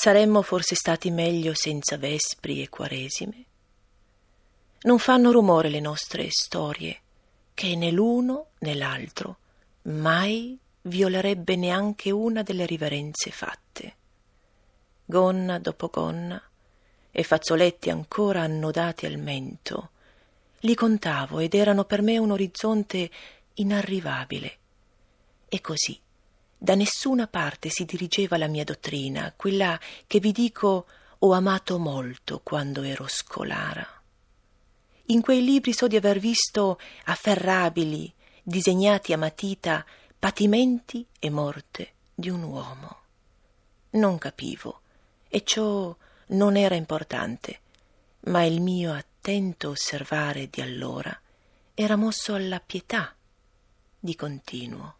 saremmo forse stati meglio senza vespri e quaresime? Non fanno rumore le nostre storie, che né l'uno né l'altro mai violerebbe neanche una delle riverenze fatte. Gonna dopo gonna e fazzoletti ancora annodati al mento, li contavo ed erano per me un orizzonte inarrivabile. E così, da nessuna parte si dirigeva la mia dottrina, quella che vi dico ho amato molto quando ero scolara. In quei libri so di aver visto afferrabili, disegnati a matita, patimenti e morte di un uomo. Non capivo, e ciò non era importante, ma il mio attento osservare di allora era mosso alla pietà di continuo.